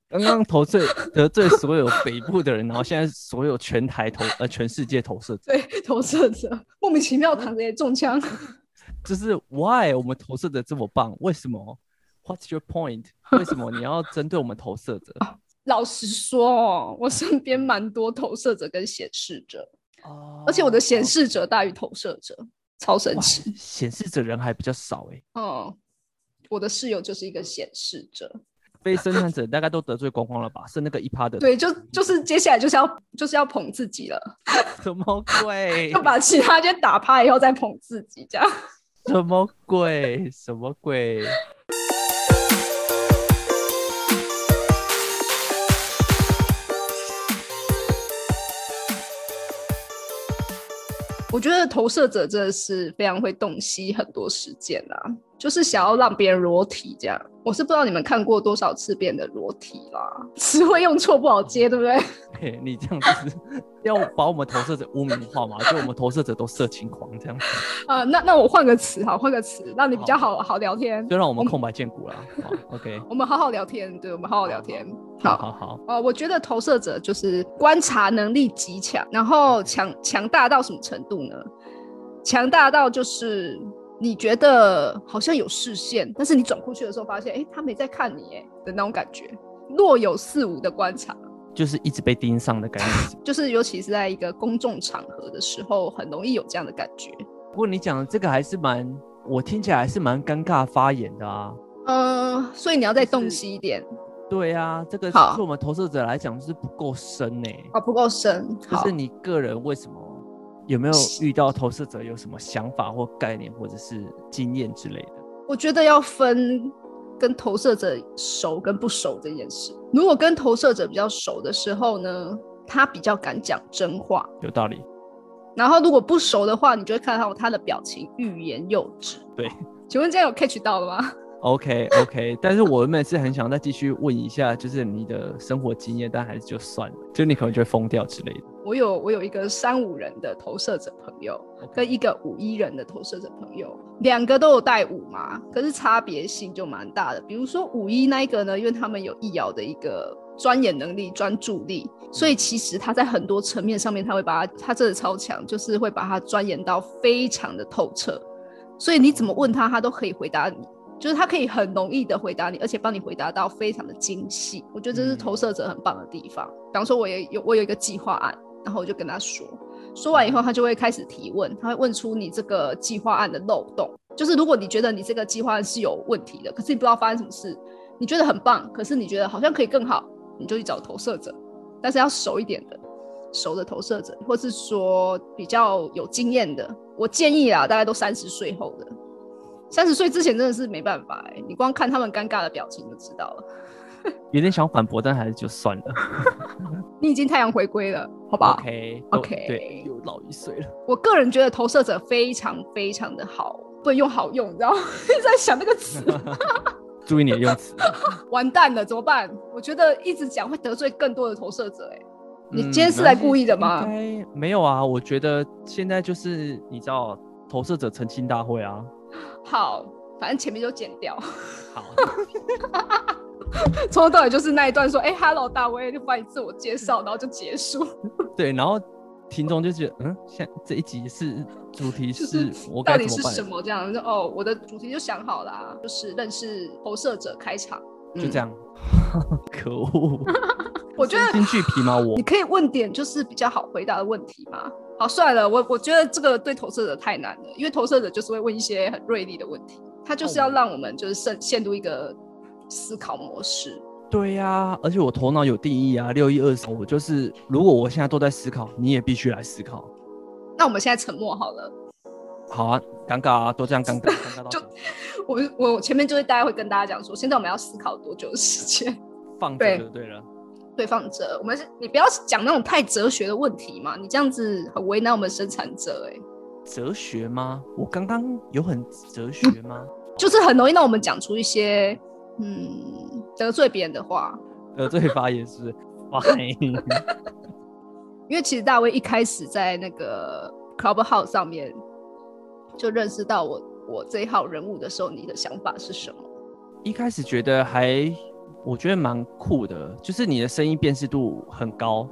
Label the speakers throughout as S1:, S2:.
S1: 刚刚得罪所有北部的人，然后现在所有全世界投射者，
S2: 对，投射者莫名其妙躺着也中枪。
S1: 就是 why 我们投射者这么棒？为什么？What's your point？ 为什么你要针对我们投射者？
S2: 老实说哦，我身边蛮多投射者跟显示者，而且我的显示者大于投射者，超神奇。
S1: 显示者人还比较少哎。
S2: 我的室友就是一个显示者。
S1: 非生产者大概都得罪光光了吧？剩那个1%的。
S2: 对，就是接下来就是要捧自己了。
S1: 什么鬼？
S2: 要把其他先打趴以后再捧自己，这样。
S1: 什么鬼？什么鬼？
S2: 我觉得投射者真的是非常会洞悉很多事件啊，就是想要让别人裸体这样。我是不知道你们看过多少次别人的裸体啦，词汇用错不好接，对不对？
S1: 你这样子要把我们投射者污名化嘛？就我们投射者都色情狂这样子。
S2: 那我换个词好，换个词让你比较好聊天。
S1: 就让我们空白见骨啦。好 ，OK。
S2: 我们好好聊天，对，我们好好聊天。
S1: 好。
S2: 我觉得投射者就是观察能力极强，然后强大到什么程度呢？强大到就是你觉得好像有视线，但是你转过去的时候发现，他没在看你的那种感觉，若有似无的观察，
S1: 就是一直被盯上的感觉。
S2: 就是尤其是在一个公众场合的时候，很容易有这样的感觉。
S1: 不过你讲的这个还是我听起来还是蛮尴尬发言的啊。
S2: 所以你要再洞悉一点。
S1: 对啊，这个对我们投射者来讲就是不够深
S2: 不够深。
S1: 就是你个人为什么有没有遇到投射者有什么想法或概念或者是经验之类的？
S2: 我觉得要分跟投射者熟跟不熟这件事。如果跟投射者比较熟的时候呢，他比较敢讲真话，
S1: 有道理。
S2: 然后如果不熟的话，你就会看到他的表情欲言又止。
S1: 对，
S2: 请问这样有 catch 到了吗
S1: ？OK， 但是我们是很想再继续问一下，就是你的生活经验，但还是就算了，就你可能就会疯掉之类的。
S2: 我有一个35人的投射者朋友，跟一个51人的投射者朋友，两个都有带5嘛，可是差别性就蛮大的。比如说51那一个呢，因为他们有易遥的一个钻研能力、专注力，所以其实他在很多层面上面，他会把他真的超强，就是会把它钻研到非常的透彻，所以你怎么问他，他都可以回答你。就是他可以很容易的回答你，而且帮你回答到非常的精细。我觉得这是投射者很棒的地方。比方说我有一个计划案，然后我就跟他说完以后，他就会开始提问，他会问出你这个计划案的漏洞。就是如果你觉得你这个计划案是有问题的，可是你不知道发生什么事，你觉得很棒，可是你觉得好像可以更好，你就去找投射者，但是要熟一点的，熟的投射者，或是说比较有经验的。我建议大概都30岁后的。30岁之前真的是没办法你光看他们尴尬的表情就知道了。
S1: 有点想反驳，但还是就算了。
S2: 你已经太阳回归了，好不好
S1: ？OK， 对，又老1岁了。
S2: 我个人觉得投射者非常非常的好，不能用好用，你知道吗？一直在想那个词。
S1: 注意你的用词。
S2: 完蛋了，怎么办？我觉得一直讲会得罪更多的投射者你今天是来故意的吗？
S1: 没有啊，我觉得现在就是你知道投射者澄清大会啊。
S2: 好，反正前面就剪掉。
S1: 好。
S2: 从头到尾就是那一段说，Hello 大威，就帮你自我介绍，然后就结束。
S1: 对，然后听众就觉得，现在这一集是主题是我该怎么办？到底
S2: 是什么？这样我的主题就想好了就是认识投射者开场，
S1: 就这样。可恶！
S2: 我觉得
S1: 金句皮吗？
S2: 你可以问点就是比较好回答的问题吗？好，算了，我觉得这个对投射者太难了，因为投射者就是会问一些很锐利的问题，他就是要让我们就是陷入一个思考模式。
S1: 对啊，而且我头脑有定义啊，6123，我就是如果我现在都在思考，你也必须来思考。
S2: 那我们现在沉默好了。
S1: 好啊，尴尬啊，都这样尴尬到
S2: 就我前面就是大概会跟大家讲说，现在我们要思考多久的时间？
S1: 放着就对了。
S2: 对，放着。你不要讲那种太哲学的问题嘛，你这样子很为难我们生产者
S1: 哲学吗？我刚刚有很哲学吗？
S2: 就是很容易让我们讲出一些得罪别人的话。
S1: 得罪发言是
S2: 因为其实大卫一开始在那个 Clubhouse 上面就认识到我这一号人物的时候，你的想法是什么？
S1: 一开始觉得还我觉得蛮酷的，就是你的声音辨识度很高。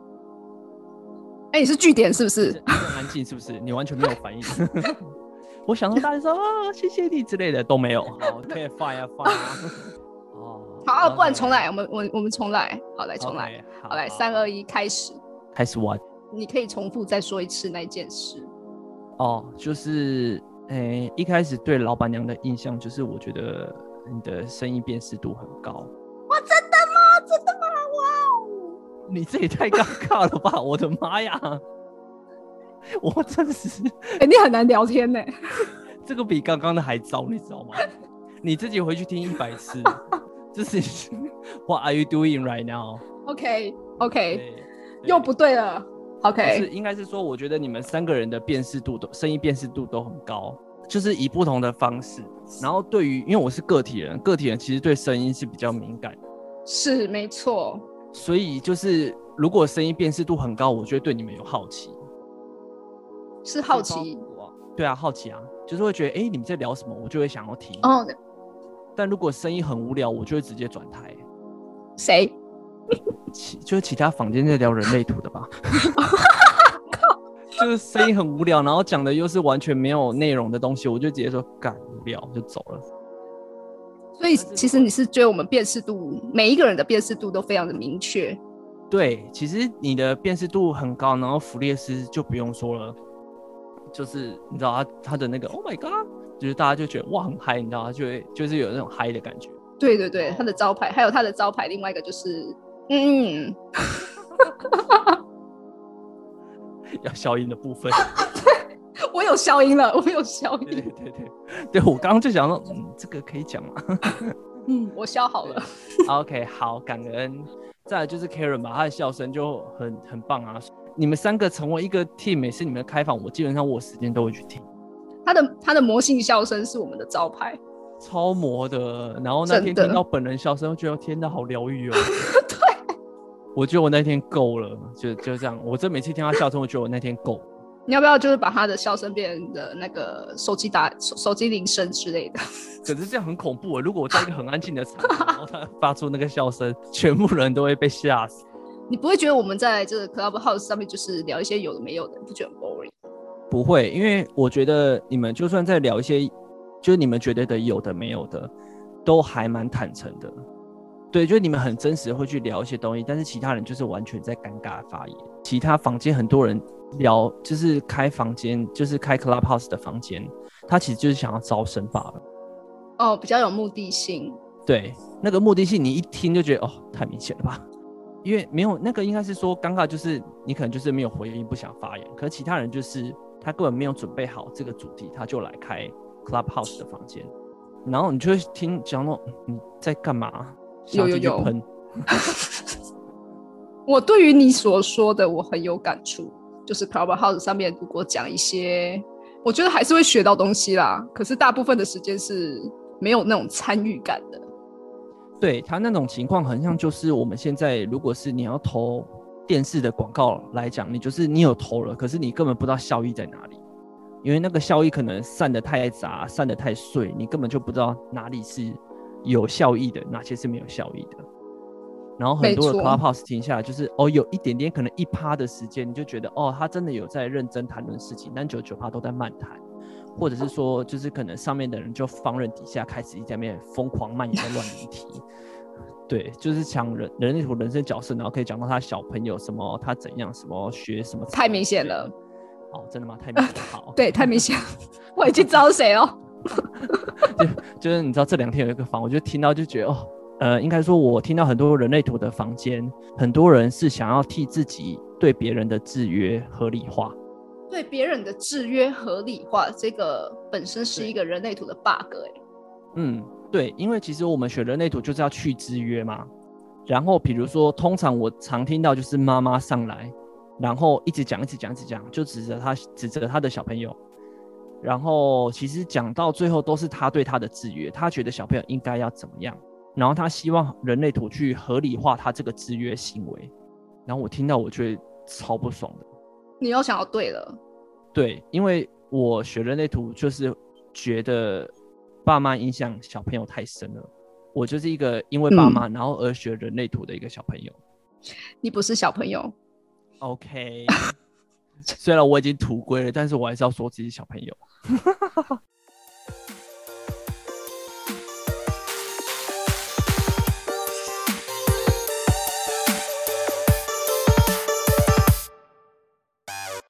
S2: 你是句点是不是？
S1: 你很安静是不是？你完全没有反应。我想说大家说谢谢你之类的都没有。好，可以放呀。
S2: 好，不然重来，我们重来。好，来重来。Okay, 好，来3、2、1，开始。
S1: 开始 what？
S2: 你可以重复再说一次那件事。
S1: 就是一开始对老板娘的印象就是我觉得你的声音辨识度很高。
S2: 哇，真的吗？真的吗？哇哦！
S1: 你这也太尴尬了吧！我的妈呀！我真是
S2: 你很难聊天呢。
S1: 这个比刚刚的还糟，你知道吗？你自己回去听100次。这是 What are you doing right now？
S2: OK， 又不对了。OK，
S1: 应该是说，我觉得你们3个人的辨识度声音辨识度都很高，就是以不同的方式。然后对于，因为我是个体人，个体人其实对声音是比较敏感。
S2: 是没错。
S1: 所以就是如果声音辨识度很高，我就会对你们有好奇。
S2: 是好奇？
S1: 对啊，好奇啊，就是会觉得你们在聊什么，我就会想要听。但如果声音很无聊，我就会直接转台。
S2: 谁？
S1: 就是其他房间在聊人类图的吧。就是声音很无聊，然后讲的又是完全没有内容的东西，我就直接说干无聊就走了。
S2: 所以其实你是觉得我们辨识度，每一个人的辨识度都非常的明确。
S1: 对，其实你的辨识度很高，然后弗列斯就不用说了，就是你知道他的那个 Oh my God， 就是大家就觉得哇很嗨，你知道他就是有那种嗨的感觉。
S2: 对对对，他的招牌，还有他的招牌，另外一个就是
S1: 要消音的部分。
S2: 我有消音了，我有消音。
S1: 对，我刚刚就想说，这个可以讲吗？
S2: 我消好了。
S1: OK， 好，感恩。再来就是 Karen 吧，她的笑声就很棒啊。你们3个成为一个 team， 每次你们的开房，我基本上我有时间都会去听。
S2: 他的魔性笑声是我们的招牌，
S1: 超魔的。然后那天听到本人笑声，我觉得天哪，好疗愈哦。
S2: 对，
S1: 我觉得我那天够了，就这样。我真每次听他笑声，我觉得我那天够了。
S2: 你要不要就是把他的笑声变成的那个手机铃声之类的？
S1: 可是这样很恐怖啊！如果我在一个很安静的场合，然后他发出那个笑声，全部人都会被吓死。
S2: 你不会觉得我们在这个 Clubhouse 上面就是聊一些有的没有的，你不觉得很 boring？
S1: 不会，因为我觉得你们就算在聊一些就是你们觉得的有的没有的，都还蛮坦诚的。对，就是你们很真实的会去聊一些东西，但是其他人就是完全在尴尬发言。其他房间很多人聊，就是开房间，就是开 Clubhouse 的房间，他其实就是想要招生罢了。
S2: 比较有目的性。
S1: 对，那个目的性你一听就觉得太明显了吧？因为没有那个应该是说尴尬，就是你可能就是没有回应，不想发言，可是其他人就是他根本没有准备好这个主题，他就来开 Clubhouse 的房间，然后你就会听讲说你在干嘛？
S2: 有。我对于你所说的我很有感触，就是 Clubhouse 上面如果讲一些，我觉得还是会学到东西啦，可是大部分的时间是没有那种参与感的。
S1: 对，他那种情况很像就是我们现在如果是你要投电视的广告来讲，你有投了，可是你根本不知道效益在哪里，因为那个效益可能散得太杂，散得太碎，你根本就不知道哪里是有效益的，哪些是没有效益的。然后很多的 Clubhouse 停下来，就是有一点点可能1%的时间，你就觉得他真的有在认真谈论事情，但99%都在漫谈，或者是说就是可能上面的人就放任底下开始在那边疯狂蔓延的乱离题。对，就是讲人类图人生角色，然后可以讲到他小朋友什么，他怎样什么学什么，
S2: 太明显了。
S1: 真的吗？太明显了。好，
S2: 对，太明显了。我已经知道谁了。
S1: 就是你知道这2天有一个房，我就听到就觉得应该说我听到很多人类图的房间，很多人是想要替自己对别人的制约合理化。
S2: 对别人的制约合理化，这个本身是一个人类图的 bug。
S1: 对，因为其实我们学人类图就是要去制约嘛。然后比如说，通常我常听到就是妈妈上来，然后一直讲，就指责他的小朋友。然后其实讲到最后都是他对他的制约，他觉得小朋友应该要怎么样，然后他希望人类图去合理化他这个制约行为。然后我听到我觉得超不爽的。
S2: 你又想要对了。
S1: 对，因为我学人类图就是觉得爸妈影响小朋友太深了， 我就是一个因为爸妈然后而学人类图的一个小朋友。
S2: 你不是小朋友。
S1: OK 虽然我已经土归了，但是我还是要说自己是小朋友。